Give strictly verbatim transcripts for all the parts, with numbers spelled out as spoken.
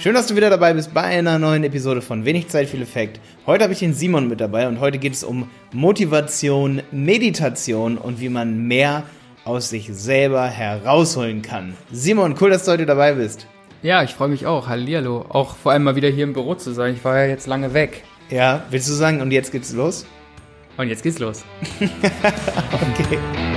Schön, dass du wieder dabei bist bei einer neuen Episode von Wenig Zeit, viel Effekt. Heute habe ich den Simon mit dabei und heute geht es um Motivation, Meditation und wie man mehr aus sich selber herausholen kann. Simon, cool, dass du heute dabei bist. Ja, ich freue mich auch. Hallihallo. Auch vor allem mal wieder hier im Büro zu sein. Ich war ja jetzt lange weg. Ja, willst du sagen, und jetzt geht's los? Und jetzt geht's los. Okay.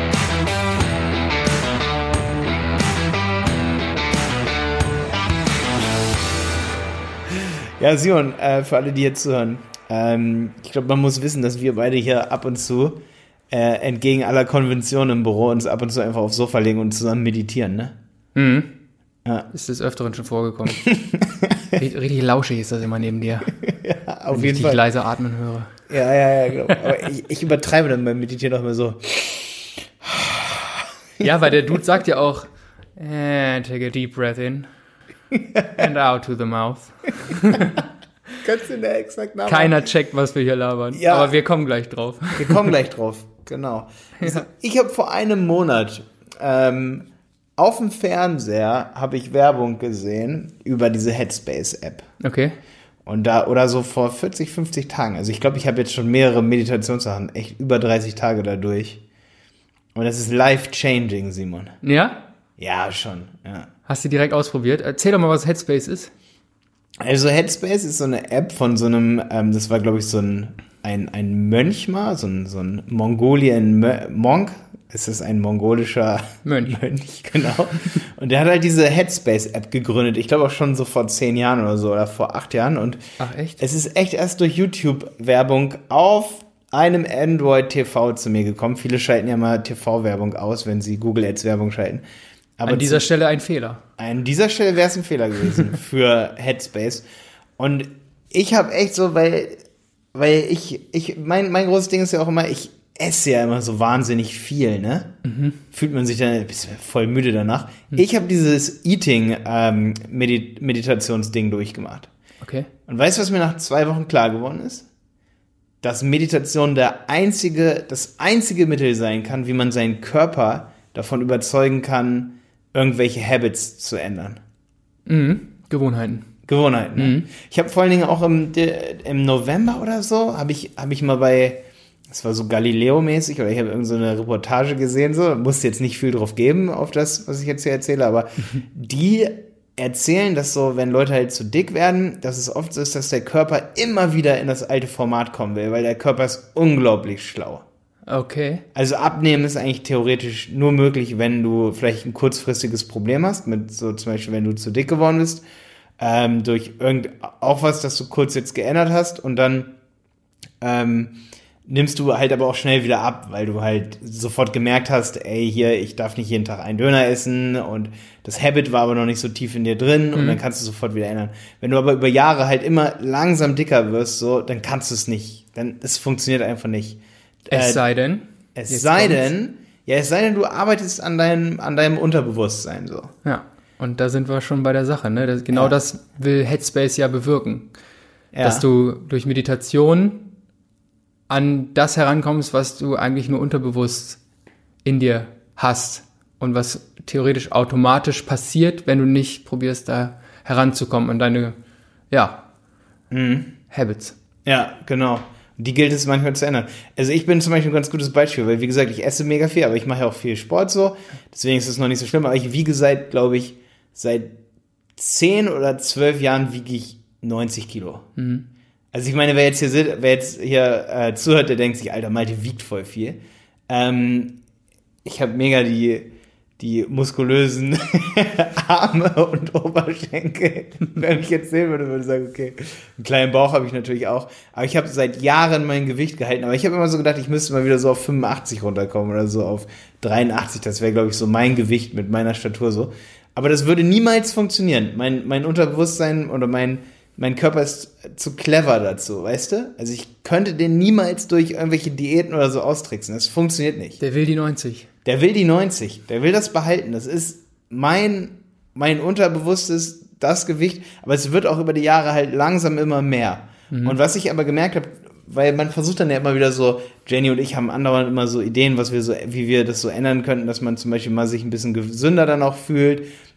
Ja, Simon, äh, für alle, die jetzt zuhören, ähm, ich glaube, man muss wissen, dass wir beide hier ab und zu äh, entgegen aller Konventionen im Büro uns ab und zu einfach aufs Sofa legen und zusammen meditieren, ne? Mhm. Ja. Ist des Öfteren schon vorgekommen. richtig, richtig lauschig ist das immer neben dir. Ja, auf wenn jeden ich Fall. dich leise atmen höre. Ja, ja, ja, genau. Aber ich, ich übertreibe dann beim Meditieren auch immer so. Ja, weil der Dude sagt ja auch, eh, take a deep breath in and out to the mouth. Kannst du da exakt nachmachen? Keiner checkt, was wir hier labern. Ja. Aber wir kommen gleich drauf. Wir kommen gleich drauf, genau. Also, ich habe vor einem Monat ähm, auf dem Fernseher habe ich Werbung gesehen über diese Headspace-App. Okay. Und da, oder so vor vierzig, fünfzig Tagen. Also ich glaube, ich habe jetzt schon mehrere Meditationssachen, echt über dreißig Tage dadurch. Und das ist life-changing, Simon. Ja? Ja, schon, ja. Hast du direkt ausprobiert? Erzähl doch mal, was Headspace ist. Also Headspace ist so eine App von so einem, ähm, das war glaube ich so ein, ein, ein Mönch mal, so ein, so ein Mongolian-Monk. Es ist ein mongolischer Mönch. Mönch, genau. Und der hat halt diese Headspace-App gegründet. Ich glaube auch schon so vor zehn Jahren oder so oder vor acht Jahren. Und Ach echt? es ist echt erst durch YouTube-Werbung auf einem Android-T V zu mir gekommen. Viele schalten ja mal T V-Werbung aus, wenn sie Google Ads-Werbung schalten. Aber An dieser zu, Stelle ein Fehler. an dieser Stelle wäre es ein Fehler gewesen für Headspace. Und ich habe echt so, weil, weil ich, ich, mein, mein großes Ding ist ja auch immer, ich esse ja immer so wahnsinnig viel, ne? Mhm. Fühlt man sich dann bist voll müde danach. Mhm. Ich habe dieses Eating-Meditationsding ähm, durchgemacht. Okay. Und weißt du, was mir nach zwei Wochen klar geworden ist? Dass Meditation der einzige, das einzige Mittel sein kann, wie man seinen Körper davon überzeugen kann, irgendwelche Habits zu ändern. Mhm. Gewohnheiten. Gewohnheiten. Ne? Mhm. Ich habe vor allen Dingen auch im, im November oder so, habe ich, hab ich mal bei, das war so Galileo-mäßig, oder ich habe irgend so eine Reportage gesehen, so, musste jetzt nicht viel drauf geben, auf das, was ich jetzt hier erzähle, aber die erzählen, dass so, wenn Leute halt zu dick werden, dass es oft so ist, dass der Körper immer wieder in das alte Format kommen will, weil der Körper ist unglaublich schlau. Okay. Also abnehmen ist eigentlich theoretisch nur möglich, wenn du vielleicht ein kurzfristiges Problem hast, mit so zum Beispiel, wenn du zu dick geworden bist, ähm, durch irgend auch was, das du kurz jetzt geändert hast und dann ähm, nimmst du halt aber auch schnell wieder ab, weil du halt sofort gemerkt hast, ey, hier, ich darf nicht jeden Tag einen Döner essen und das Habit war aber noch nicht so tief in dir drin und mhm. dann kannst du sofort wieder ändern. Wenn du aber über Jahre halt immer langsam dicker wirst, so, dann kannst du es nicht. Dann, es funktioniert einfach nicht. Es äh, sei denn. Es sei kommt's. denn, ja, es sei denn, du arbeitest an deinem, an deinem Unterbewusstsein, so. Ja. Und da sind wir schon bei der Sache, ne? Das, genau ja. das will Headspace ja bewirken. Ja. Dass du durch Meditation an das herankommst, was du eigentlich nur unterbewusst in dir hast und was theoretisch automatisch passiert, wenn du nicht probierst, da heranzukommen an deine, ja, mhm. Habits. Ja, genau. Die gilt es manchmal zu ändern. Also ich bin zum Beispiel ein ganz gutes Beispiel, weil wie gesagt, ich esse mega viel, aber ich mache ja auch viel Sport so, deswegen ist es noch nicht so schlimm, aber ich wiege seit, glaube ich, seit zehn oder zwölf Jahren wiege ich neunzig Kilo. Mhm. Also ich meine, wer jetzt hier, wer jetzt hier äh, zuhört, der denkt sich, Alter, Malte wiegt voll viel. Ähm, ich habe mega die, die muskulösen Arme und Oberschenkel. Wenn ich jetzt sehen würde, würde ich sagen, okay, einen kleinen Bauch habe ich natürlich auch. Aber ich habe seit Jahren mein Gewicht gehalten. Aber ich habe immer so gedacht, ich müsste mal wieder so auf fünfundachtzig runterkommen oder so auf dreiundachtzig. Das wäre, glaube ich, so mein Gewicht mit meiner Statur so. Aber das würde niemals funktionieren. Mein, mein Unterbewusstsein oder mein Mein Körper ist zu clever dazu, weißt du? Also ich könnte den niemals durch irgendwelche Diäten oder so austricksen. Das funktioniert nicht. Der will die neunzig. Der will die neunzig. Der will das behalten. Das ist mein, mein unterbewusstes, das Gewicht. Aber es wird auch über die Jahre halt langsam immer mehr. Mhm. Und was ich aber gemerkt habe, weil man versucht dann ja immer wieder so, Jenny und ich haben andauernd immer so Ideen, was wir so, wie wir das so ändern könnten, dass man zum Beispiel mal sich ein bisschen gesünder dann auch fühlt,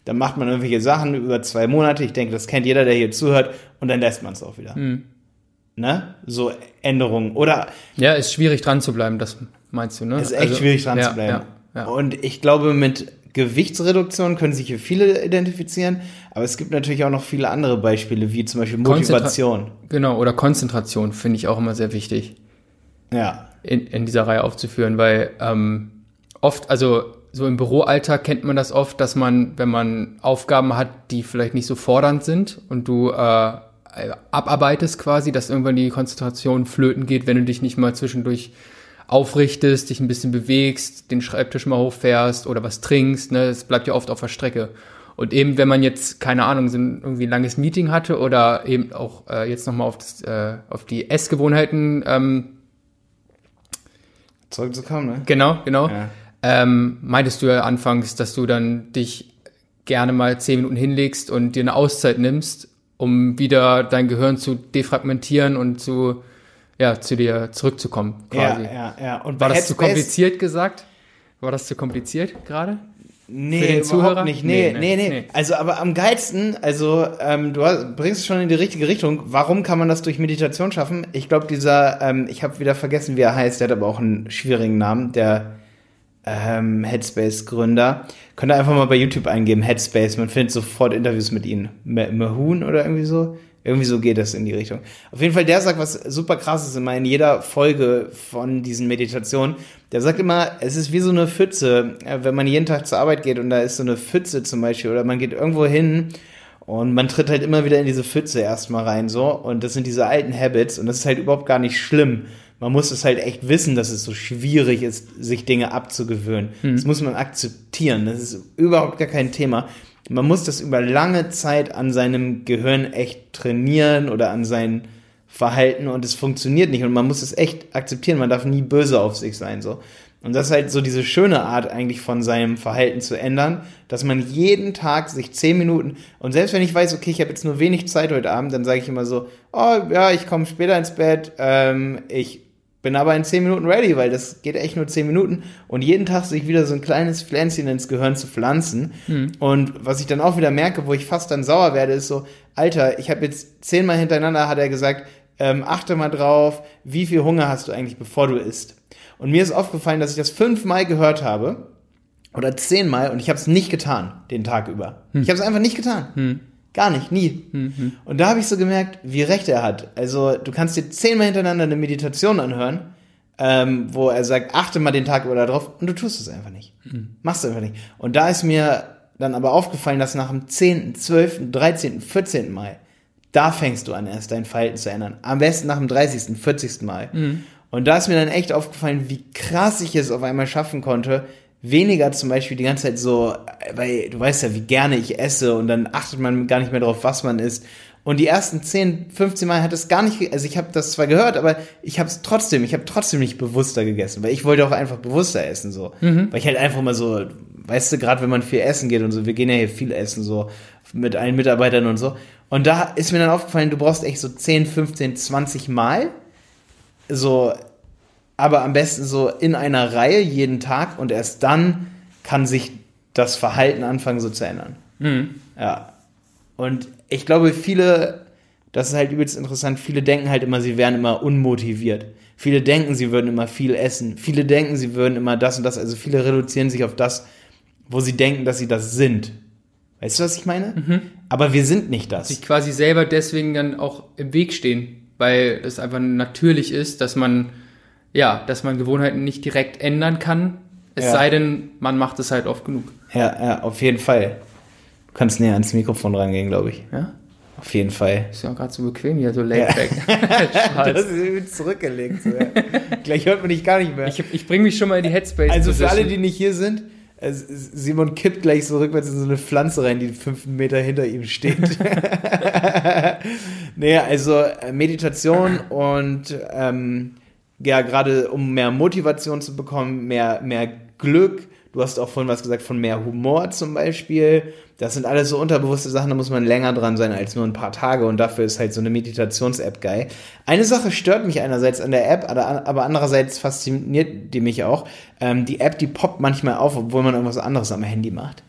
dann macht man irgendwelche Sachen über zwei Monate, ich denke, das kennt jeder, der hier zuhört, und dann lässt man es auch wieder. Mhm. Ne? So Änderungen. Oder ja, ist schwierig dran zu bleiben, das meinst du, ne? Ist echt also, schwierig dran ja, zu bleiben. Ja, ja. Und ich glaube, mit Gewichtsreduktion können sich hier viele identifizieren, aber es gibt natürlich auch noch viele andere Beispiele, wie zum Beispiel Motivation. Konzentra- genau, oder Konzentration finde ich auch immer sehr wichtig. Ja. In, in dieser Reihe aufzuführen, weil ähm, oft, also so im Büroalltag kennt man das oft, dass man, wenn man Aufgaben hat, die vielleicht nicht so fordernd sind und du äh, abarbeitest quasi, dass irgendwann die Konzentration flöten geht, wenn du dich nicht mal zwischendurch aufrichtest, dich ein bisschen bewegst, den Schreibtisch mal hochfährst oder was trinkst, ne, es bleibt ja oft auf der Strecke. Und eben, wenn man jetzt, keine Ahnung, so ein irgendwie ein langes Meeting hatte oder eben auch äh, jetzt nochmal auf, das, äh, auf die Essgewohnheiten ähm, zurückzukommen, ne? Genau, genau. Ja. Ähm, meintest du ja anfangs, dass du dann dich gerne mal zehn Minuten hinlegst und dir eine Auszeit nimmst, um wieder dein Gehirn zu defragmentieren und zu ja, zu dir zurückzukommen, quasi. Ja, ja, ja. Und war das zu kompliziert gesagt? War das zu kompliziert gerade? Nee, für den Zuhörer? Überhaupt nicht. Nee, nee, nee, nee, nee. Also, aber am geilsten, also, ähm, du hast, bringst es schon in die richtige Richtung. Warum kann man das durch Meditation schaffen? Ich glaube, dieser, ähm, ich habe wieder vergessen, wie er heißt, der hat aber auch einen schwierigen Namen, der ähm, Headspace-Gründer. Könnt ihr einfach mal bei YouTube eingeben, Headspace, man findet sofort Interviews mit ihm. Mahun oder irgendwie so? Irgendwie so geht das in die Richtung. Auf jeden Fall, der sagt was super krasses immer in jeder Folge von diesen Meditationen. Der sagt immer, es ist wie so eine Pfütze, wenn man jeden Tag zur Arbeit geht und da ist so eine Pfütze zum Beispiel oder man geht irgendwo hin und man tritt halt immer wieder in diese Pfütze erstmal rein so und das sind diese alten Habits und das ist halt überhaupt gar nicht schlimm. Man muss es halt echt wissen, dass es so schwierig ist, sich Dinge abzugewöhnen. Mhm. Das muss man akzeptieren. Das ist überhaupt gar kein Thema. Man muss das über lange Zeit an seinem Gehirn echt trainieren oder an sein Verhalten und es funktioniert nicht und man muss es echt akzeptieren. Man darf nie böse auf sich sein, so. Und das ist halt so diese schöne Art eigentlich von seinem Verhalten zu ändern, dass man jeden Tag sich zehn Minuten und selbst wenn ich weiß, okay, ich habe jetzt nur wenig Zeit heute Abend, dann sage ich immer so, oh ja, ich komme später ins Bett, ähm, ich bin aber in zehn Minuten ready, weil das geht echt nur zehn Minuten und jeden Tag sich wieder so ein kleines Pflänzchen ins Gehirn zu pflanzen mhm. und was ich dann auch wieder merke, wo ich fast dann sauer werde, ist so, Alter, ich habe jetzt zehnmal hintereinander, hat er gesagt, ähm, achte mal drauf, wie viel Hunger hast du eigentlich, bevor du isst. Und mir ist aufgefallen, dass ich das fünfmal gehört habe oder zehnmal und ich habe es nicht getan, den Tag über. Mhm. Ich habe es einfach nicht getan. Mhm. Gar nicht, nie. Mhm. Und da habe ich so gemerkt, wie recht er hat. Also du kannst dir zehnmal hintereinander eine Meditation anhören, ähm, wo er sagt, achte mal den Tag über da drauf und du tust es einfach nicht. Mhm. Machst du einfach nicht. Und da ist mir dann aber aufgefallen, dass nach dem zehnten, zwölften, dreizehnten, vierzehnten Mal, da fängst du an, erst dein Verhalten zu ändern. Am besten nach dem dreißigsten, vierzigsten Mal. Mhm. Und da ist mir dann echt aufgefallen, wie krass ich es auf einmal schaffen konnte, weniger zum Beispiel die ganze Zeit so, weil du weißt ja, wie gerne ich esse und dann achtet man gar nicht mehr drauf, was man isst. Und die ersten zehn, fünfzehn Mal hat es gar nicht, also ich habe das zwar gehört, aber ich habe es trotzdem, ich habe trotzdem nicht bewusster gegessen, weil ich wollte auch einfach bewusster essen so. Mhm. Weil ich halt einfach mal so, weißt du, gerade wenn man viel essen geht und so, wir gehen ja hier viel essen so mit allen Mitarbeitern und so. Und da ist mir dann aufgefallen, du brauchst echt so zehn, fünfzehn, zwanzig Mal so, aber am besten so in einer Reihe jeden Tag und erst dann kann sich das Verhalten anfangen so zu ändern. Mhm. Ja. Und ich glaube, viele, das ist halt übelst interessant, viele denken halt immer, sie wären immer unmotiviert. Viele denken, sie würden immer viel essen. Viele denken, sie würden immer das und das. Also viele reduzieren sich auf das, wo sie denken, dass sie das sind. Weißt du, was ich meine? Mhm. Aber wir sind nicht das. Sich quasi selber deswegen dann auch im Weg stehen, weil es einfach natürlich ist, dass man ja, dass man Gewohnheiten nicht direkt ändern kann, es ja. sei denn, man macht es halt oft genug. Ja, ja, auf jeden Fall. Du kannst näher ans Mikrofon rangehen, glaube ich. Ja? Auf jeden Fall. Ist ja auch gerade so bequem hier, so laid back. Ja. Das ist zurückgelegt. So, ja. Gleich hört man dich gar nicht mehr. Ich, ich bringe mich schon mal in die Headspace. Also für alle, die nicht hier sind, Simon kippt gleich so rückwärts in so eine Pflanze rein, die fünf Meter hinter ihm steht. Naja, also Meditation und ähm, ja, gerade um mehr Motivation zu bekommen, mehr, mehr Glück. Du hast auch vorhin was gesagt von mehr Humor zum Beispiel. Das sind alles so unterbewusste Sachen, da muss man länger dran sein als nur ein paar Tage und dafür ist halt so eine Meditations-App geil. Eine Sache stört mich einerseits an der App, aber andererseits fasziniert die mich auch. Ähm, die App, die poppt manchmal auf, obwohl man irgendwas anderes am Handy macht.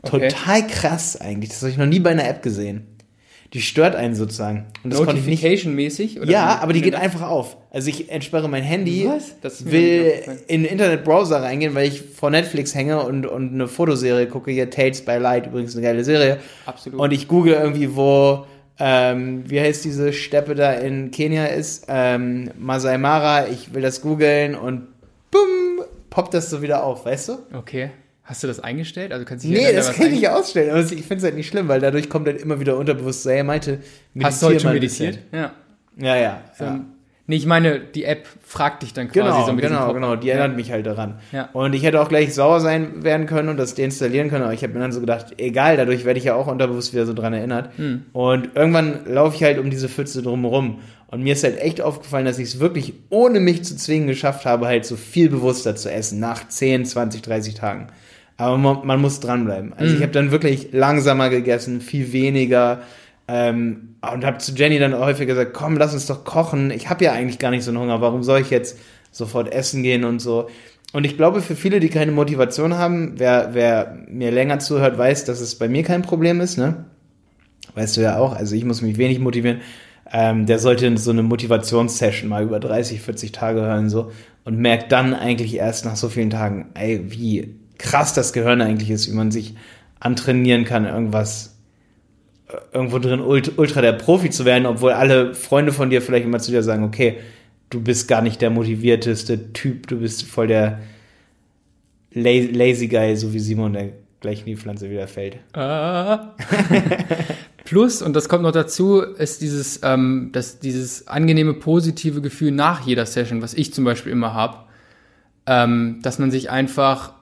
Okay. Total krass eigentlich. Das habe ich noch nie bei einer App gesehen. Die stört einen sozusagen. Und das konnte ich nicht. Notification-mäßig? Oder Ja, wie? aber die geht einfach auf. Also ich entsperre mein Handy, Was? Das ist mir will nicht aufgefallen. in den Internetbrowser reingehen, weil ich vor Netflix hänge und, und eine Fotoserie gucke. Hier Tales by Light, übrigens eine geile Serie. Absolut. Und ich google irgendwie, wo, ähm, wie heißt diese Steppe da in Kenia ist? Ähm, Masai Mara. Ich will das googeln und bumm, poppt das so wieder auf, weißt du? Okay. Hast du das eingestellt? Also kannst du dich Nee, erinnern, das was kann ich ein- nicht ausstellen. Aber ich finde es halt nicht schlimm, weil dadurch kommt halt immer wieder unterbewusst so, hey, meinte, Hast du heute schon mal ein meditiert? Ja. bisschen. Ja, ja. So, ja. Nee, ich meine, die App fragt dich dann quasi Genau, so mit diesem genau, Pop-up. genau. Die Ja. erinnert mich halt daran. Ja. Und ich hätte auch gleich sauer sein werden können und das deinstallieren können, aber ich habe mir dann so gedacht, egal, dadurch werde ich ja auch unterbewusst wieder so dran erinnert. Hm. Und irgendwann laufe ich halt um diese Pfütze drumherum. Und mir ist halt echt aufgefallen, dass ich es wirklich, ohne mich zu zwingen, geschafft habe, halt so viel bewusster zu essen, nach zehn, zwanzig, dreißig Tagen. Aber man, man muss dranbleiben. Also Mhm. ich habe dann wirklich langsamer gegessen, viel weniger. Ähm, und habe zu Jenny dann häufig gesagt, komm, lass uns doch kochen. Ich habe ja eigentlich gar nicht so einen Hunger. Warum soll ich jetzt sofort essen gehen und so? Und ich glaube, für viele, die keine Motivation haben, wer, wer mir länger zuhört, weiß, dass es bei mir kein Problem ist, ne? Weißt du ja auch. Also ich muss mich wenig motivieren. Ähm, der sollte so eine Motivationssession mal über dreißig, vierzig Tage hören so und merkt dann eigentlich erst nach so vielen Tagen, ey, wie krass das Gehirn eigentlich ist, wie man sich antrainieren kann, irgendwas irgendwo drin ultra der Profi zu werden, obwohl alle Freunde von dir vielleicht immer zu dir sagen, okay, du bist gar nicht der motivierteste Typ, du bist voll der lazy Guy, so wie Simon, der gleich in die Pflanze wieder fällt. Ah. Plus, und das kommt noch dazu, ist dieses, ähm, das, dieses angenehme, positive Gefühl nach jeder Session, was ich zum Beispiel immer habe, ähm, dass man sich einfach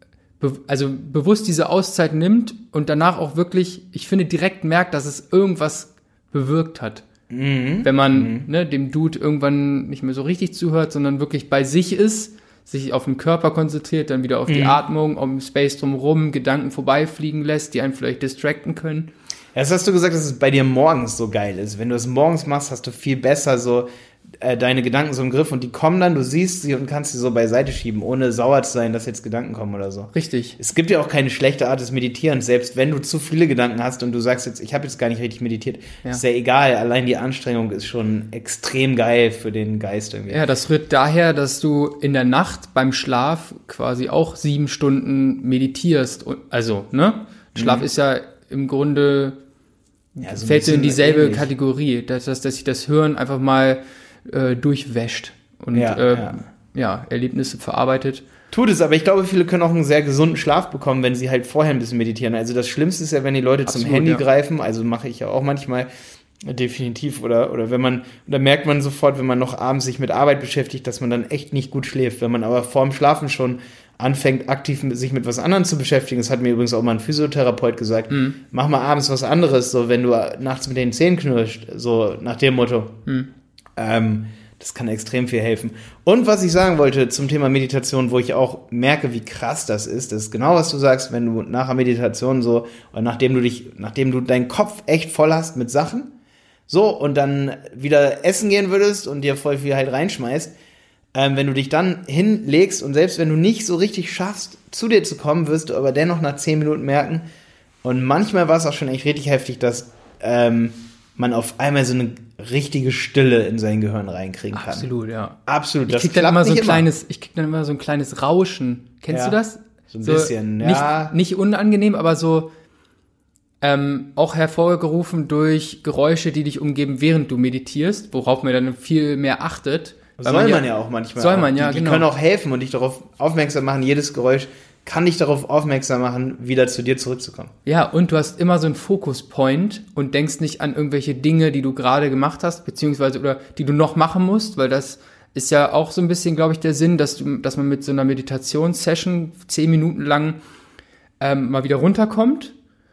be- also bewusst diese Auszeit nimmt und danach auch wirklich, ich finde, direkt merkt, dass es irgendwas bewirkt hat. Mhm. Wenn man ne, dem Dude irgendwann nicht mehr so richtig zuhört, sondern wirklich bei sich ist, sich auf den Körper konzentriert, dann wieder auf die Mhm. Atmung, um Space drumherum, Gedanken vorbeifliegen lässt, die einen vielleicht distracten können. Jetzt hast du gesagt, dass es bei dir morgens so geil ist. Wenn du es morgens machst, hast du viel besser so äh, deine Gedanken so im Griff und die kommen dann, du siehst sie und kannst sie so beiseite schieben, ohne sauer zu sein, dass jetzt Gedanken kommen oder so. Richtig. Es gibt ja auch keine schlechte Art des Meditierens, selbst wenn du zu viele Gedanken hast und du sagst jetzt, ich habe jetzt gar nicht richtig meditiert, Ja. ist ja egal, allein die Anstrengung ist schon extrem geil für den Geist irgendwie. Ja, das rührt daher, dass du in der Nacht beim Schlaf quasi auch sieben Stunden meditierst. Und- Also, ne? Schlaf Mhm. ist ja im Grunde, Ja, so ein fällt so in bisschen dieselbe ähnlich. Kategorie, dass, dass, dass sich das Hirn einfach mal äh, durchwäscht und Ja, äh, ja. ja, Erlebnisse verarbeitet. Tut es, aber ich glaube, viele können auch einen sehr gesunden Schlaf bekommen, wenn sie halt vorher ein bisschen meditieren. Also das Schlimmste ist ja, wenn die Leute zum Absolut, Handy ja. greifen, also mache ich ja auch manchmal definitiv, oder, oder wenn man, da merkt man sofort, wenn man noch abends sich mit Arbeit beschäftigt, dass man dann echt nicht gut schläft. Wenn man aber vorm Schlafen schon anfängt, aktiv mit, sich mit was anderem zu beschäftigen, das hat mir übrigens auch mal ein Physiotherapeut gesagt, Mhm. mach mal abends was anderes, so wenn du nachts mit den Zähnen knirscht, so nach dem Motto. Mhm. Ähm, das kann extrem viel helfen. Und was ich sagen wollte zum Thema Meditation, wo ich auch merke, wie krass das ist, das ist genau, was du sagst, wenn du nach der Meditation so, und nachdem du dich, nachdem du deinen Kopf echt voll hast mit Sachen, so, und dann wieder essen gehen würdest und dir voll viel halt reinschmeißt, ähm, wenn du dich dann hinlegst und selbst wenn du nicht so richtig schaffst, zu dir zu kommen, wirst du aber dennoch nach zehn Minuten merken, und manchmal war es auch schon echt richtig heftig, dass ähm, man auf einmal so eine richtige Stille in sein Gehirn reinkriegen kann. Absolut, ja. Absolut. Ich Das krieg dann klappt immer so ein nicht kleines, ich krieg dann immer so ein kleines Rauschen. Kennst Ja, du das? so ein bisschen, nicht, ja. Nicht unangenehm, aber so ähm, auch hervorgerufen durch Geräusche, die dich umgeben, während du meditierst, worauf man dann viel mehr achtet. Soll man, man ja auch manchmal. Soll auch. man, ja, die, die genau. können auch helfen und dich darauf aufmerksam machen. Jedes Geräusch kann dich darauf aufmerksam machen, wieder zu dir zurückzukommen. Ja, und du hast immer so einen Fokus-Point und denkst nicht an irgendwelche Dinge, die du gerade gemacht hast, beziehungsweise oder die du noch machen musst, weil das ist ja auch so ein bisschen, glaube ich, der Sinn, dass du, dass man mit so einer Meditationssession zehn Minuten lang ähm, mal wieder runterkommt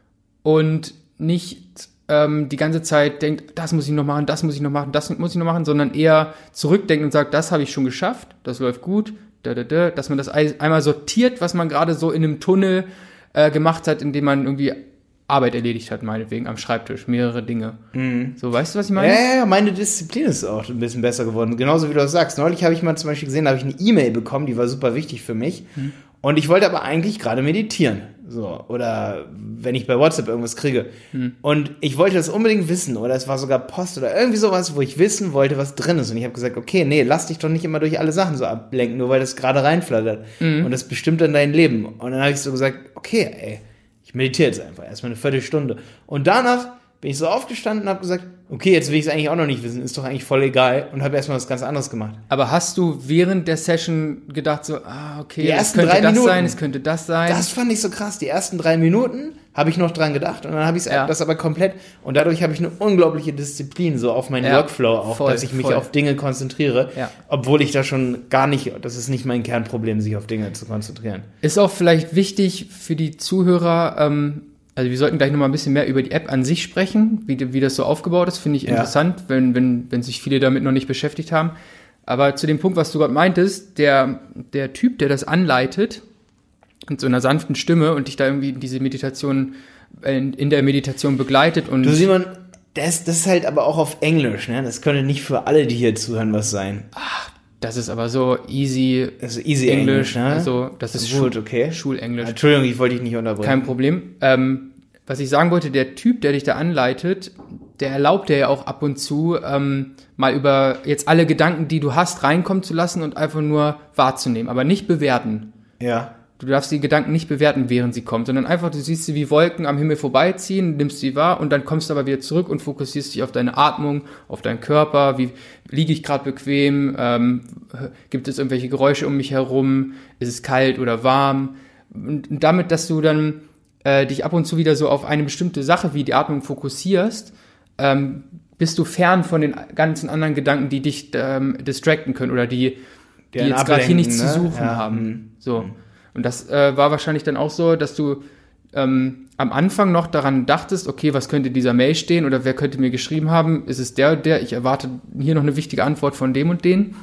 und nicht ähm, die ganze Zeit denkt, das muss ich noch machen, das muss ich noch machen, das muss ich noch machen, sondern eher zurückdenkt und sagt, das habe ich schon geschafft, das läuft gut, da, da, da, dass man das einmal sortiert, was man gerade so in einem Tunnel äh, gemacht hat, in dem man irgendwie Arbeit erledigt hat, meinetwegen am Schreibtisch, mehrere Dinge. Mhm. So, weißt du, was ich meine? Ja, ja, ja, meine Disziplin ist auch ein bisschen besser geworden. Genauso wie du das sagst. Neulich habe ich mal zum Beispiel gesehen, da habe ich eine E-Mail bekommen, die war super wichtig für mich. Mhm. Und ich wollte aber eigentlich gerade meditieren. So, oder wenn ich bei WhatsApp irgendwas kriege. Hm. Und ich wollte das unbedingt wissen, oder es war sogar Post oder irgendwie sowas, wo ich wissen wollte, was drin ist. Und ich habe gesagt, okay, nee, lass dich doch nicht immer durch alle Sachen so ablenken, nur weil das gerade reinflattert. Hm. Und das bestimmt dann dein Leben. Und dann habe ich so gesagt, okay, ey, ich meditiere jetzt einfach erstmal eine Viertelstunde. Und danach bin ich so aufgestanden und habe gesagt, okay, jetzt will ich es eigentlich auch noch nicht wissen, ist doch eigentlich voll egal, und habe erstmal was ganz anderes gemacht. Aber hast du während der Session gedacht so, ah, okay, die es könnte drei das Minuten, sein, es könnte das sein? Das fand ich so krass. Die ersten drei Minuten habe ich noch dran gedacht und dann habe ich ja. das aber komplett, und dadurch habe ich eine unglaubliche Disziplin so auf meinen ja, Workflow auch, voll, dass ich mich voll. auf Dinge konzentriere, ja. obwohl ich da schon gar nicht, das ist nicht mein Kernproblem, sich auf Dinge zu konzentrieren. Ist auch vielleicht wichtig für die Zuhörer, ähm, also wir sollten gleich noch mal ein bisschen mehr über die App an sich sprechen, wie, wie das so aufgebaut ist, finde ich ja. interessant, wenn, wenn, wenn sich viele damit noch nicht beschäftigt haben. Aber zu dem Punkt, was du gerade meintest, der, der Typ, der das anleitet, mit so einer sanften Stimme und dich da irgendwie in diese Meditation, in, in der Meditation begleitet und... Du, Simon, das, das ist halt aber auch auf Englisch, ne? Das könnte nicht für alle, die hier zuhören, was sein. Ach, das ist aber so easy, also easy Englisch, ne? Also das ist gut, Schul- okay. Schulenglisch. Entschuldigung, ich wollte dich nicht unterbrechen. Kein Problem. Ähm, was ich sagen wollte, der Typ, der dich da anleitet, der erlaubt dir ja auch ab und zu, ähm, mal über jetzt alle Gedanken, die du hast, reinkommen zu lassen und einfach nur wahrzunehmen, aber nicht bewerten. Ja. Du darfst die Gedanken nicht bewerten, während sie kommen, sondern einfach, du siehst sie wie Wolken am Himmel vorbeiziehen, nimmst sie wahr und dann kommst du aber wieder zurück und fokussierst dich auf deine Atmung, auf deinen Körper, wie liege ich gerade bequem, ähm, gibt es irgendwelche Geräusche um mich herum, ist es kalt oder warm, und damit, dass du dann äh, dich ab und zu wieder so auf eine bestimmte Sache wie die Atmung fokussierst, ähm, bist du fern von den ganzen anderen Gedanken, die dich ähm, distracten können oder die, die jetzt gerade hier nichts ne? zu suchen ja. haben. So. Und das äh, war wahrscheinlich dann auch so, dass du ähm, am Anfang noch daran dachtest, okay, was könnte dieser Mail stehen oder wer könnte mir geschrieben haben? Ist es der und der? Ich erwarte hier noch eine wichtige Antwort von dem und den.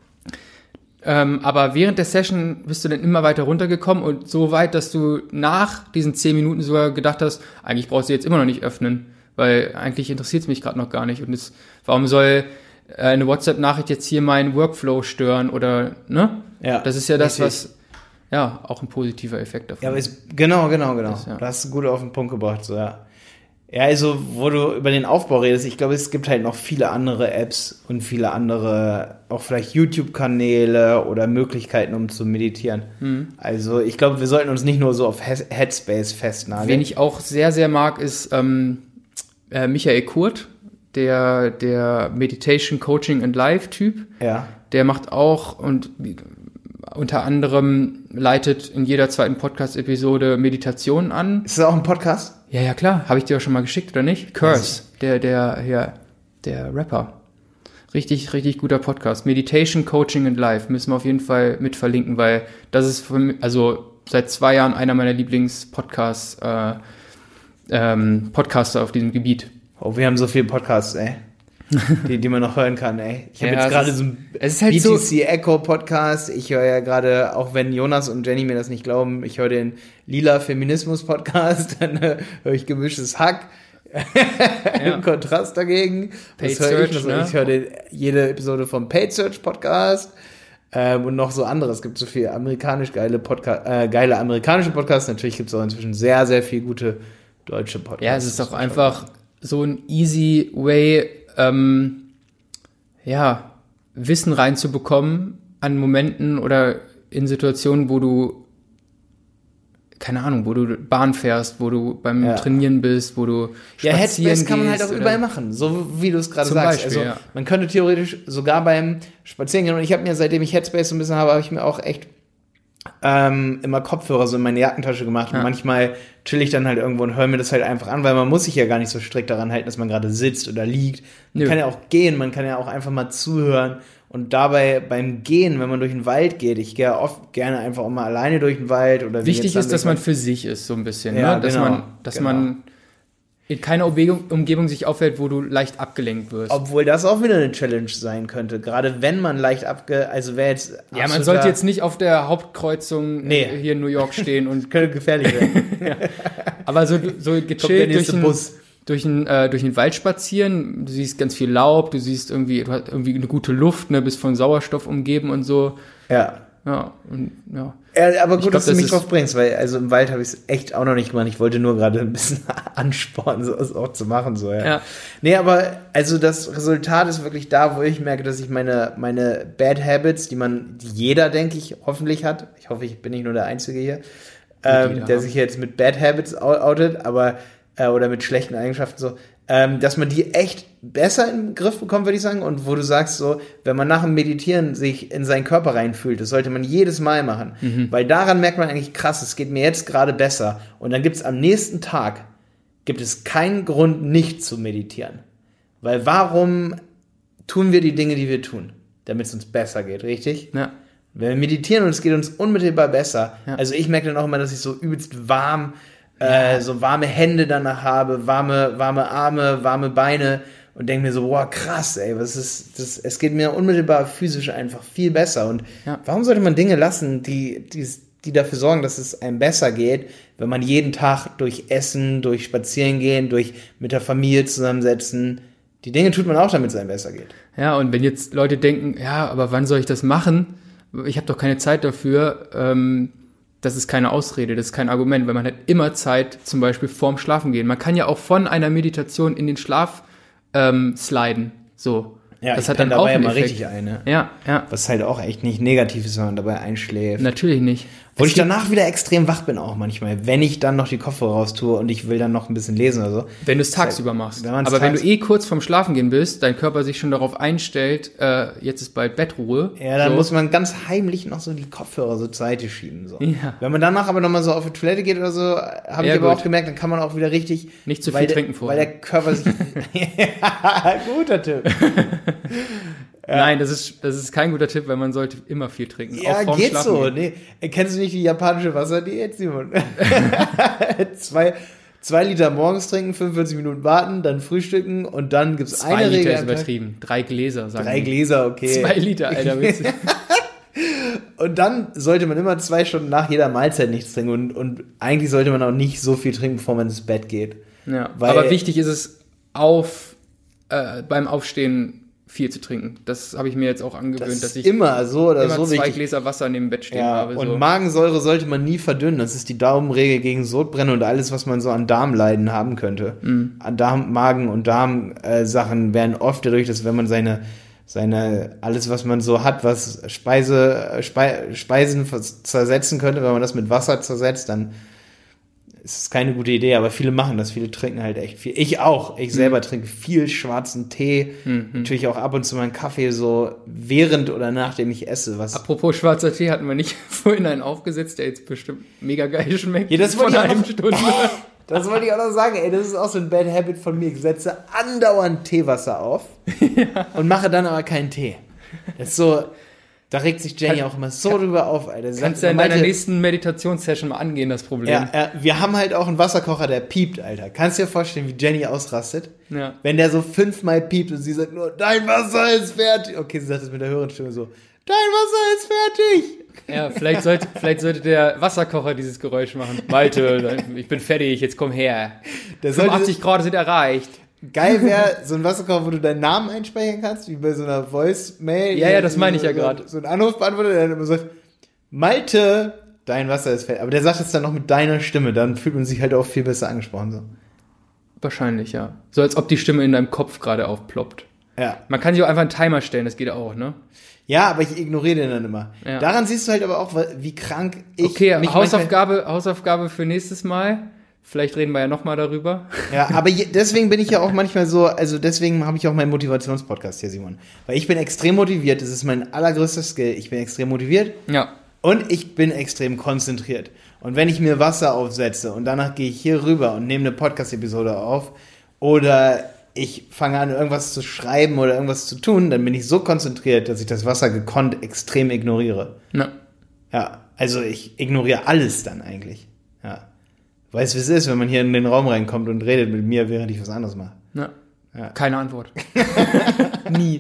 Ähm, aber während der Session bist du dann immer weiter runtergekommen und so weit, dass du nach diesen zehn Minuten sogar gedacht hast, eigentlich brauchst du jetzt immer noch nicht öffnen, weil eigentlich interessiert es mich gerade noch gar nicht. Und es, warum soll äh, eine WhatsApp-Nachricht jetzt hier meinen Workflow stören oder, ne? Ja, das ist ja das, richtig. was... Ja, auch ein positiver Effekt davon. Ja, aber ist, genau, genau, genau. Das, ja. Da hast du gut auf den Punkt gebracht, so, ja. Ja, also, wo du über den Aufbau redest, ich glaube, es gibt halt noch viele andere Apps und viele andere, auch vielleicht YouTube-Kanäle oder Möglichkeiten, um zu meditieren. Mhm. Also, ich glaube, wir sollten uns nicht nur so auf Headspace festnageln. Wen ich auch sehr, sehr mag, ist ähm, äh, Michael Kurt, der, der Meditation, Coaching and Life-Typ. Ja. Der macht auch und unter anderem leitet in jeder zweiten Podcast-Episode Meditationen an. Ist das auch ein Podcast? Ja, ja, klar. Habe ich dir auch schon mal geschickt, oder nicht? Curse, der, der, ja, der Rapper. Richtig, richtig guter Podcast. Meditation, Coaching and Life müssen wir auf jeden Fall mit verlinken, weil das ist für mich, also seit zwei Jahren einer meiner Lieblings-Podcasts, äh, ähm, Podcaster auf diesem Gebiet. Oh, wir haben so viele Podcasts, ey. die, die man noch hören kann, ey. Ich habe ja, jetzt gerade so einen halt B T C so Echo Podcast. Ich höre ja gerade, auch wenn Jonas und Jenny mir das nicht glauben, ich höre den Lila Feminismus Podcast, dann äh, höre ich Gemischtes Hack. Ja. Im Kontrast dagegen. Paid das höre ich, Search, ne? Ich höre den, jede Episode vom Paid Search Podcast. Ähm, und noch so andere. Es gibt so viele amerikanisch geile Podcast, äh, geile amerikanische Podcasts. Natürlich gibt es auch inzwischen sehr, sehr viele gute deutsche Podcasts. Ja, es ist doch einfach so ein easy way, ähm, ja, Wissen reinzubekommen an Momenten oder in Situationen, wo du, keine Ahnung, wo du Bahn fährst, wo du beim ja. Trainieren bist, wo du ja, spazieren Headspace kann man halt auch oder überall machen, so wie du es gerade Zum sagst. Beispiel, also ja. man könnte theoretisch sogar beim Spazieren gehen, und ich habe mir, seitdem ich Headspace so ein bisschen habe, habe ich mir auch echt ähm, immer Kopfhörer so in meine Jackentasche gemacht. Ja. Und manchmal chill ich dann halt irgendwo und höre mir das halt einfach an, weil man muss sich ja gar nicht so strikt daran halten, dass man gerade sitzt oder liegt. Man Nö. kann ja auch gehen, man kann ja auch einfach mal zuhören. Und dabei beim Gehen, wenn man durch den Wald geht, ich gehe oft gerne einfach auch mal alleine durch den Wald. Oder wichtig ist, dass man für sich ist, so ein bisschen. Ja, ne? Dass, genau, man, dass genau. man in keiner Umgebung, Umgebung sich aufhält, wo du leicht abgelenkt wirst. Obwohl das auch wieder eine Challenge sein könnte. Gerade wenn man leicht abge... Also wäre jetzt... Ja, man sollte jetzt nicht auf der Hauptkreuzung nee. hier in New York stehen und... könnte gefährlich werden. Ja. Aber so, so gechillt durch den, Bus. durch, den, äh, durch den Wald spazieren, du siehst ganz viel Laub, du siehst irgendwie, du hast irgendwie eine gute Luft, ne, bist von Sauerstoff umgeben und so. Ja. Ja, und, ja. ja aber gut, glaub, dass du das mich drauf bringst, weil also im Wald habe ich es echt auch noch nicht gemacht. Ich wollte nur gerade ein bisschen anspornen, sowas auch zu machen. So, ja. ja. Nee, aber also das Resultat ist wirklich da, wo ich merke, dass ich meine, meine Bad Habits, die man, die jeder, denke ich, hoffentlich hat, ich hoffe, ich bin nicht nur der Einzige hier, ähm, der sich jetzt mit Bad Habits outet, aber äh, oder mit schlechten Eigenschaften so, ähm, dass man die echt besser in den Griff bekommt, würde ich sagen. Und wo du sagst so, wenn man nach dem Meditieren sich in seinen Körper reinfühlt, das sollte man jedes Mal machen. Mhm. Weil daran merkt man eigentlich, krass, es geht mir jetzt gerade besser. Und dann gibt es am nächsten Tag, gibt es keinen Grund, nicht zu meditieren. Weil warum tun wir die Dinge, die wir tun? Damit es uns besser geht, richtig? Ja. Wenn wir meditieren und es geht uns unmittelbar besser. Ja. Also ich merke dann auch immer, dass ich so übelst warm Äh, so warme Hände danach habe, warme, warme Arme, warme Beine und denke mir so, boah, krass, ey, was ist das? Es geht mir unmittelbar physisch einfach viel besser. Und ja. warum sollte man Dinge lassen, die, die, die dafür sorgen, dass es einem besser geht, wenn man jeden Tag durch Essen, durch Spazierengehen, durch mit der Familie zusammensetzen, die Dinge tut man auch, damit es einem besser geht. Ja, und wenn jetzt Leute denken, ja, aber wann soll ich das machen? Ich habe doch keine Zeit dafür, ähm, das ist keine Ausrede, das ist kein Argument, weil man hat immer Zeit, zum Beispiel vorm Schlafen gehen. Man kann ja auch von einer Meditation in den Schlaf ähm, sliden, so. Ja, das ich hat dann dabei auch einen immer Effekt. richtig eine. Ja, ja. Was halt auch echt nicht negativ ist, wenn man dabei einschläft. Natürlich nicht. Wo ich danach wieder extrem wach bin auch manchmal, wenn ich dann noch die Kopfhörer raus tue und ich will dann noch ein bisschen lesen oder so. Wenn du es tagsüber halt, machst. Wenn Aber tags- wenn du eh kurz vorm Schlafen gehen bist, dein Körper sich schon darauf einstellt, äh, jetzt ist bald Bettruhe. Ja, dann so. muss man ganz heimlich noch so die Kopfhörer so zur Seite schieben. So. Ja. Wenn man danach aber nochmal so auf die Toilette geht oder so, habe Ja, ich aber gut. auch gemerkt, dann kann man auch wieder richtig... Nicht zu viel weil der- trinken vorher. Weil der Körper sich... Ja, guter Tipp. Ja. Nein, das ist, das ist kein guter Tipp, weil man sollte immer viel trinken. Ja, auch vorm geht Schlafen so. gehen. Nee. Kennst du nicht die japanische Wasserdiät, Simon? zwei, zwei Liter morgens trinken, fünfundvierzig Minuten warten, dann frühstücken und dann gibt's Zwei eine Liter Regel. ist am Tag. übertrieben. Drei Gläser, sagen Drei die. Gläser, okay. Zwei Liter, Alter. Witz. Und dann sollte man immer zwei Stunden nach jeder Mahlzeit nichts trinken und, und eigentlich sollte man auch nicht so viel trinken, bevor man ins Bett geht. Ja, Weil- aber wichtig ist es, auf, äh, beim Aufstehen viel zu trinken. Das habe ich mir jetzt auch angewöhnt, Das dass ist ich immer so oder immer so zwei wichtig. Gläser Wasser neben dem Bett stehen Ja, habe. und So. Magensäure sollte man nie verdünnen. Das ist die Daumenregel gegen Sodbrennen und alles, was man so an Darmleiden haben könnte. Mhm. An Darm, Magen- und Darmsachen äh, werden oft dadurch, dass wenn man seine, seine, alles, was man so hat, was Speise, Spe, Speisen vers- zersetzen könnte, wenn man das mit Wasser zersetzt, dann ist es keine gute Idee, aber viele machen das, viele trinken halt echt viel. Ich auch, ich selber trinke viel schwarzen Tee, Mhm. natürlich auch ab und zu mal einen Kaffee so während oder nachdem ich esse, was Apropos schwarzer Tee, hatten wir nicht vorhin einen aufgesetzt, der jetzt bestimmt mega geil schmeckt. Ja, das von wollte ich einer auch halben noch- Stunde. Das wollte ich auch noch sagen, ey, das ist auch so ein Bad Habit von mir. Ich setze andauernd Teewasser auf ja. und mache dann aber keinen Tee. Das ist so, da regt sich Jenny Kann, auch immer so drüber auf, Alter. Sie Kannst sagt, du in meinte, deiner nächsten Meditationssession mal angehen, das Problem. ja, ja, wir haben halt auch einen Wasserkocher, der piept, Alter. Kannst du dir vorstellen, wie Jenny ausrastet? Ja. Wenn der so fünfmal piept und sie sagt nur, dein Wasser ist fertig. Okay, sie sagt das mit der höheren Stimme so, dein Wasser ist fertig. Ja, vielleicht sollte, vielleicht sollte der Wasserkocher dieses Geräusch machen. Malte, ich bin fertig, jetzt komm her. Der sollte- fünfundachtzig Grad sind erreicht. Geil wäre so ein Wasserkocher, wo du deinen Namen einspeichern kannst, wie bei so einer Voice-Mail. Ja, ja, das meine ich ja so, grad. So ein Anrufbeantworter, der dann immer sagt, Malte, dein Wasser ist fertig. Aber der sagt es dann noch mit deiner Stimme, dann fühlt man sich halt auch viel besser angesprochen. So. Wahrscheinlich, ja. So als ob die Stimme in deinem Kopf gerade aufploppt. Ja. Man kann sich auch einfach einen Timer stellen, das geht auch, ne? Ja, aber ich ignoriere den dann immer. Ja. Daran siehst du halt aber auch, wie krank ich Okay, mich Hausaufgabe, Hausaufgabe für nächstes Mal. Vielleicht reden wir ja nochmal darüber. Ja, aber je, deswegen bin ich ja auch manchmal so, also deswegen habe ich auch meinen Motivationspodcast hier, Simon. Weil ich bin extrem motiviert, das ist mein allergrößter Skill. Ich bin extrem motiviert Ja. und ich bin extrem konzentriert. Und wenn ich mir Wasser aufsetze und danach gehe ich hier rüber und nehme eine Podcast-Episode auf oder ich fange an, irgendwas zu schreiben oder irgendwas zu tun, dann bin ich so konzentriert, dass ich das Wasser gekonnt extrem ignoriere. Ja. Ja, also ich ignoriere alles dann eigentlich. Ja. Weißt du, wie es ist, wenn man hier in den Raum reinkommt und redet mit mir, während ich was anderes mache? Ja. Ja. Keine Antwort. Nie.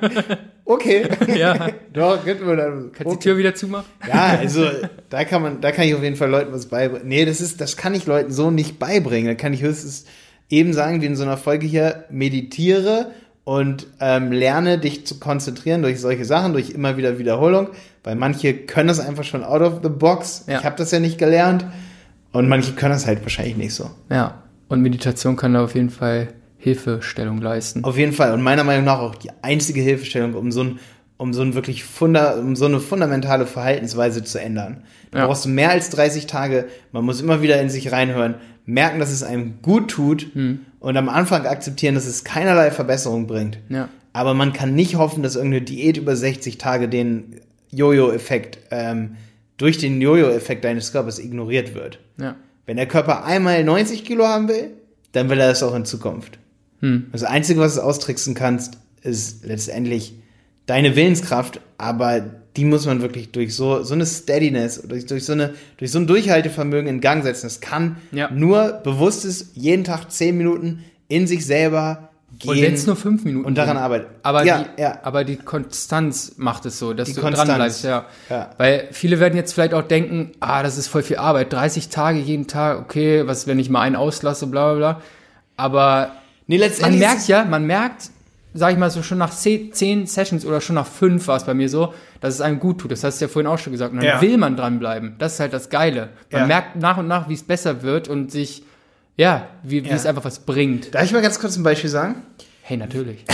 Okay. Ja. Doch, gibt mir dann. Kannst du die Tür wieder zumachen? Ja, also da kann man, da kann ich auf jeden Fall Leuten was beibringen. Nee, das ist, das kann ich Leuten so nicht beibringen. Da kann ich höchstens eben sagen, wie in so einer Folge hier, meditiere und ähm, lerne dich zu konzentrieren durch solche Sachen, durch immer wieder Wiederholung, weil manche können das einfach schon out of the box. Ja. Ich habe das ja nicht gelernt und manche können das halt wahrscheinlich nicht so. Ja, und Meditation kann da auf jeden Fall Hilfestellung leisten. Auf jeden Fall und meiner Meinung nach auch die einzige Hilfestellung, um so ein um so ein wirklich funda, um so eine fundamentale Verhaltensweise zu ändern. Da ja. brauchst du mehr als dreißig Tage, man muss immer wieder in sich reinhören, merken, dass es einem gut tut hm. und am Anfang akzeptieren, dass es keinerlei Verbesserung bringt. Ja. Aber man kann nicht hoffen, dass irgendeine Diät über sechzig Tage den Jojo-Effekt, ähm, durch den Jojo-Effekt deines Körpers ignoriert wird. Ja. Wenn der Körper einmal neunzig Kilo haben will, dann will er das auch in Zukunft. Hm. Das Einzige, was du austricksen kannst, ist letztendlich deine Willenskraft, aber die muss man wirklich durch so, so eine Steadiness, durch, durch, so eine, durch so ein Durchhaltevermögen in Gang setzen. Das kann ja. nur bewusstes, jeden Tag zehn Minuten in sich selber gehen. Und wenn es nur fünf Minuten und daran arbeiten. Aber, ja, die, ja. aber die Konstanz macht es so, dass die du Konstanz. dran bleibst. Ja. Ja. Weil viele werden jetzt vielleicht auch denken, ah, das ist voll viel Arbeit, dreißig Tage jeden Tag, okay, was, wenn ich mal einen auslasse, bla bla bla. Aber nee, man merkt ja, man merkt, sag ich mal so, schon nach zehn Sessions oder schon nach fünf war es bei mir so, dass es einem gut tut. Das hast du ja vorhin auch schon gesagt. Und dann ja. will man dranbleiben. Das ist halt das Geile. Man ja. merkt nach und nach, wie es besser wird und sich, ja, wie, wie ja. es einfach was bringt. Darf ich mal ganz kurz ein Beispiel sagen? Hey, natürlich.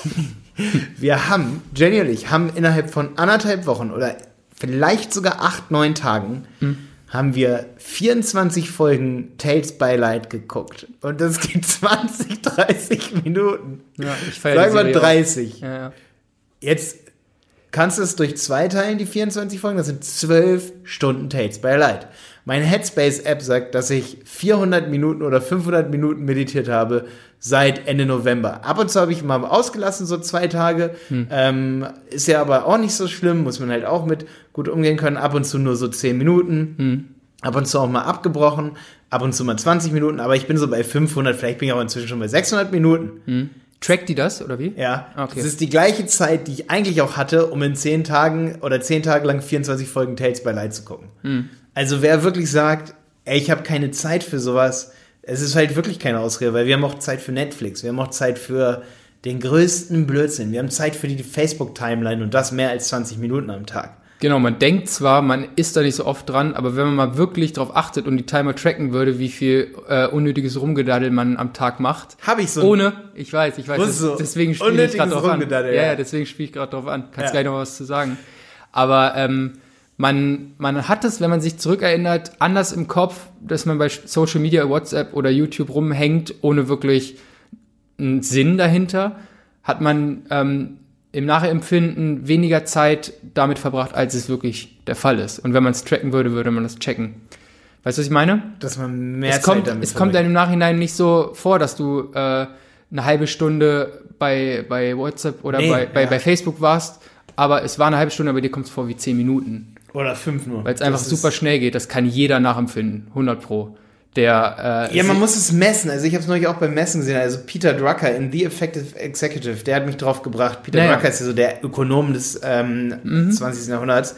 Wir haben, Jenny und ich, haben innerhalb von anderthalb Wochen oder vielleicht sogar acht, neun Tagen hm. haben wir vierundzwanzig Folgen Tales by Light geguckt. Und das geht zwanzig, dreißig Minuten. Ja, ich feiere Sagen wir dreißig. Ja, ja. Jetzt kannst du es durch zwei teilen, die vierundzwanzig Folgen. Das sind zwölf Stunden Tales by Light. Meine Headspace-App sagt, dass ich vierhundert Minuten oder fünfhundert Minuten meditiert habe seit Ende November. Ab und zu habe ich mal ausgelassen, so zwei Tage. Hm. Ähm, ist ja aber auch nicht so schlimm, muss man halt auch mit gut umgehen können. Ab und zu nur so zehn Minuten. Hm. Ab und zu auch mal abgebrochen. Ab und zu mal zwanzig Minuten. Aber ich bin so bei fünfhundert, vielleicht bin ich auch inzwischen schon bei sechshundert Minuten. Hm. Trackt die das, oder wie? Ja. Okay. Das ist die gleiche Zeit, die ich eigentlich auch hatte, um in zehn Tagen oder zehn Tage lang vierundzwanzig Folgen Tales by Light zu gucken. Hm. Also wer wirklich sagt, ey, ich habe keine Zeit für sowas, es ist halt wirklich keine Ausrede, weil wir haben auch Zeit für Netflix, wir haben auch Zeit für den größten Blödsinn, wir haben Zeit für die Facebook-Timeline und das mehr als zwanzig Minuten am Tag. Genau, man denkt zwar, man ist da nicht so oft dran, aber wenn man mal wirklich drauf achtet und die Timer tracken würde, wie viel äh, unnötiges Rumgedaddel man am Tag macht. Habe ich so. Ohne, ich weiß, ich weiß, das, so deswegen spiele ich gerade drauf an. Ja, ja, ja, deswegen spiele ich gerade drauf an. Kannst ja. gleich noch was zu sagen. Aber ähm, man, man hat es, wenn man sich zurückerinnert, anders im Kopf, dass man bei Social Media, WhatsApp oder YouTube rumhängt, ohne wirklich einen Sinn dahinter, hat man ähm, im Nachempfinden weniger Zeit damit verbracht, als es wirklich der Fall ist. Und wenn man es tracken würde, würde man das checken. Weißt du, was ich meine? Dass man mehr es Zeit kommt, damit Es kommt einem im Nachhinein nicht so vor, dass du äh, eine halbe Stunde bei, bei WhatsApp oder nee, bei, bei, ja. bei Facebook warst, aber es war eine halbe Stunde, aber dir kommt es vor wie zehn Minuten. Oder fünf nur. Weil es einfach super schnell geht. Das kann jeder nachempfinden. hundert Pro. Der, äh, ja, man muss es messen. Also ich habe es neulich auch beim Messen gesehen. Also Peter Drucker in The Effective Executive, der hat mich drauf gebracht. Peter naja. Drucker ist ja so der Ökonom des ähm, mhm. zwanzigsten Jahrhunderts.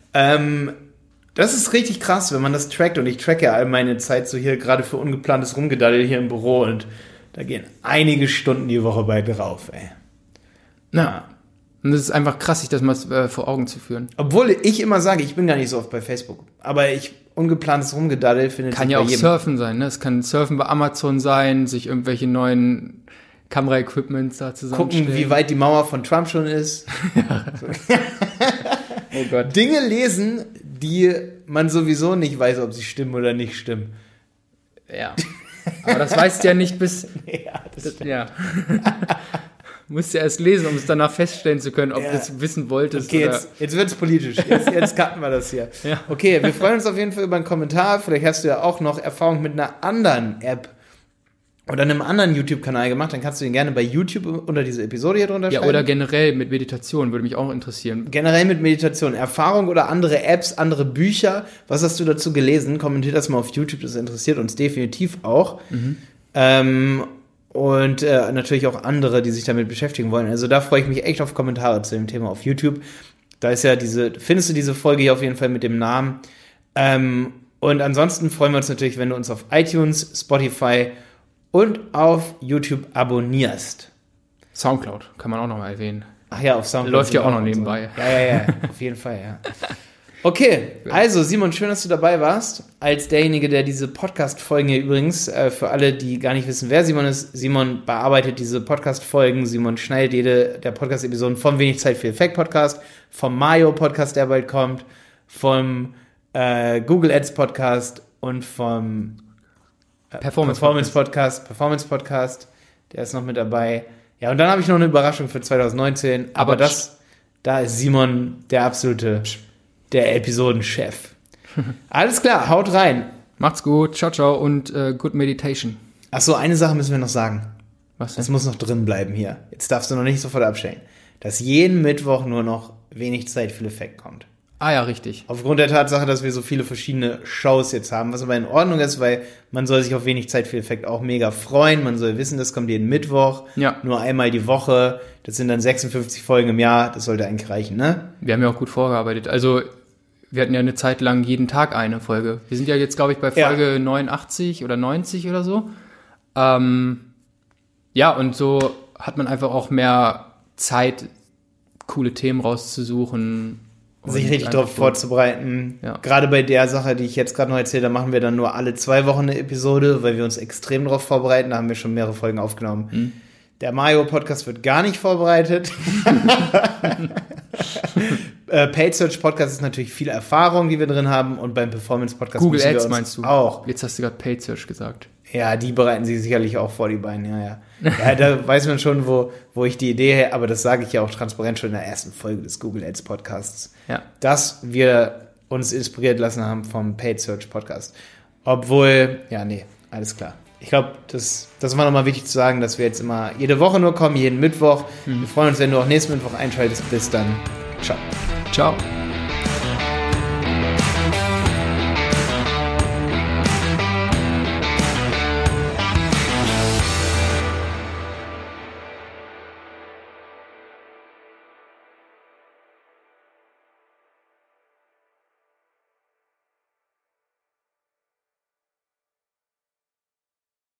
Ähm, das ist richtig krass, wenn man das trackt. Und ich tracke all meine Zeit so hier gerade für ungeplantes Rumgedaddel hier im Büro. Und da gehen einige Stunden die Woche bei drauf, ey. Na. Ja. Und das ist einfach krass, sich das mal äh, vor Augen zu führen. Obwohl ich immer sage, ich bin gar nicht so oft bei Facebook. Aber ich ungeplantes Rumgedaddel findet kann ja auch jedem. Surfen sein, ne? Es kann Surfen bei Amazon sein, sich irgendwelche neuen Kamera-Equipments da zusammenstellen. Gucken, wie weit die Mauer von Trump schon ist. Ja. Oh Gott. Dinge lesen, die man sowieso nicht weiß, ob sie stimmen oder nicht stimmen. Ja. Aber das weißt du ja nicht bis... Ja, das, das ja. Musst du erst lesen, um es danach feststellen zu können, ob ja. du es wissen wolltest. Okay, oder jetzt, jetzt wird es politisch. Jetzt, jetzt cutten wir das hier. Ja. Okay, wir freuen uns auf jeden Fall über einen Kommentar. Vielleicht hast du ja auch noch Erfahrung mit einer anderen App oder einem anderen YouTube-Kanal gemacht. Dann kannst du den gerne bei YouTube unter diese Episode hier drunter schreiben. Ja, oder generell mit Meditation, würde mich auch interessieren. Generell mit Meditation. Erfahrung oder andere Apps, andere Bücher. Was hast du dazu gelesen? Kommentier das mal auf YouTube, das interessiert uns definitiv auch. Mhm. Ähm... Und äh, natürlich auch andere, die sich damit beschäftigen wollen. Also da freue ich mich echt auf Kommentare zu dem Thema auf YouTube. Da ist ja diese, findest du diese Folge hier auf jeden Fall mit dem Namen. Ähm, und ansonsten freuen wir uns natürlich, wenn du uns auf iTunes, Spotify und auf YouTube abonnierst. Soundcloud kann man auch noch mal erwähnen. Ach ja, auf Soundcloud. Läuft ja auch noch nebenbei. So. Ja, ja, ja, auf jeden Fall, ja. Okay, also Simon, schön, dass du dabei warst. Als derjenige, der diese Podcast-Folgen hier übrigens, äh, für alle, die gar nicht wissen, wer Simon ist, Simon bearbeitet diese Podcast-Folgen, Simon schneidet jede der Podcast-Episoden vom Wenig Zeit für Effekt-Podcast, vom Mayo-Podcast, der bald kommt, vom äh, Google Ads-Podcast und vom äh, Performance-Podcast, Performance-Podcast, der ist noch mit dabei. Ja, und dann habe ich noch eine Überraschung für zwanzig neunzehn, aber, aber das, da ist Simon der absolute... der Episodenchef. Alles klar, haut rein. Macht's gut, ciao, ciao und äh, good meditation. Achso, eine Sache müssen wir noch sagen. Was denn? Das muss noch drin bleiben hier. Jetzt darfst du noch nicht sofort abstellen. Dass jeden Mittwoch nur noch wenig Zeit für Effekt kommt. Ah ja, richtig. Aufgrund der Tatsache, dass wir so viele verschiedene Shows jetzt haben, was aber in Ordnung ist, weil man soll sich auf wenig Zeit für Effekt auch mega freuen. Man soll wissen, das kommt jeden Mittwoch, ja. Nur einmal die Woche. Das sind dann sechsundfünfzig Folgen im Jahr. Das sollte eigentlich reichen, ne? Wir haben ja auch gut vorgearbeitet. Also wir hatten ja eine Zeit lang jeden Tag eine Folge. Wir sind ja jetzt, glaube ich, bei Folge ja. neunundachtzig oder neunzig oder so. Ähm, ja, und so hat man einfach auch mehr Zeit, coole Themen rauszusuchen. Sich richtig darauf so vorzubereiten. Ja. Gerade bei der Sache, die ich jetzt gerade noch erzähle, da machen wir dann nur alle zwei Wochen eine Episode, weil wir uns extrem darauf vorbereiten. Da haben wir schon mehrere Folgen aufgenommen. Mhm. Der Mayo-Podcast wird gar nicht vorbereitet. äh, Paid Search Podcast ist natürlich viel Erfahrung, die wir drin haben. Und beim Performance Podcast Google Ads wir uns meinst du? Auch. Jetzt hast du gerade Paid Search gesagt. Ja, die bereiten sie sicherlich auch vor, die beiden, ja, ja. Ja, da weiß man schon, wo, wo ich die Idee her, aber das sage ich ja auch transparent schon in der ersten Folge des Google Ads Podcasts. Ja. Dass wir uns inspiriert lassen haben vom Paid Search Podcast. Obwohl, ja, nee, alles klar. Ich glaube, das, das war nochmal wichtig zu sagen, dass wir jetzt immer jede Woche nur kommen, jeden Mittwoch. Mhm. Wir freuen uns, wenn du auch nächsten Mittwoch einschaltest. Bis dann. Ciao. Ciao.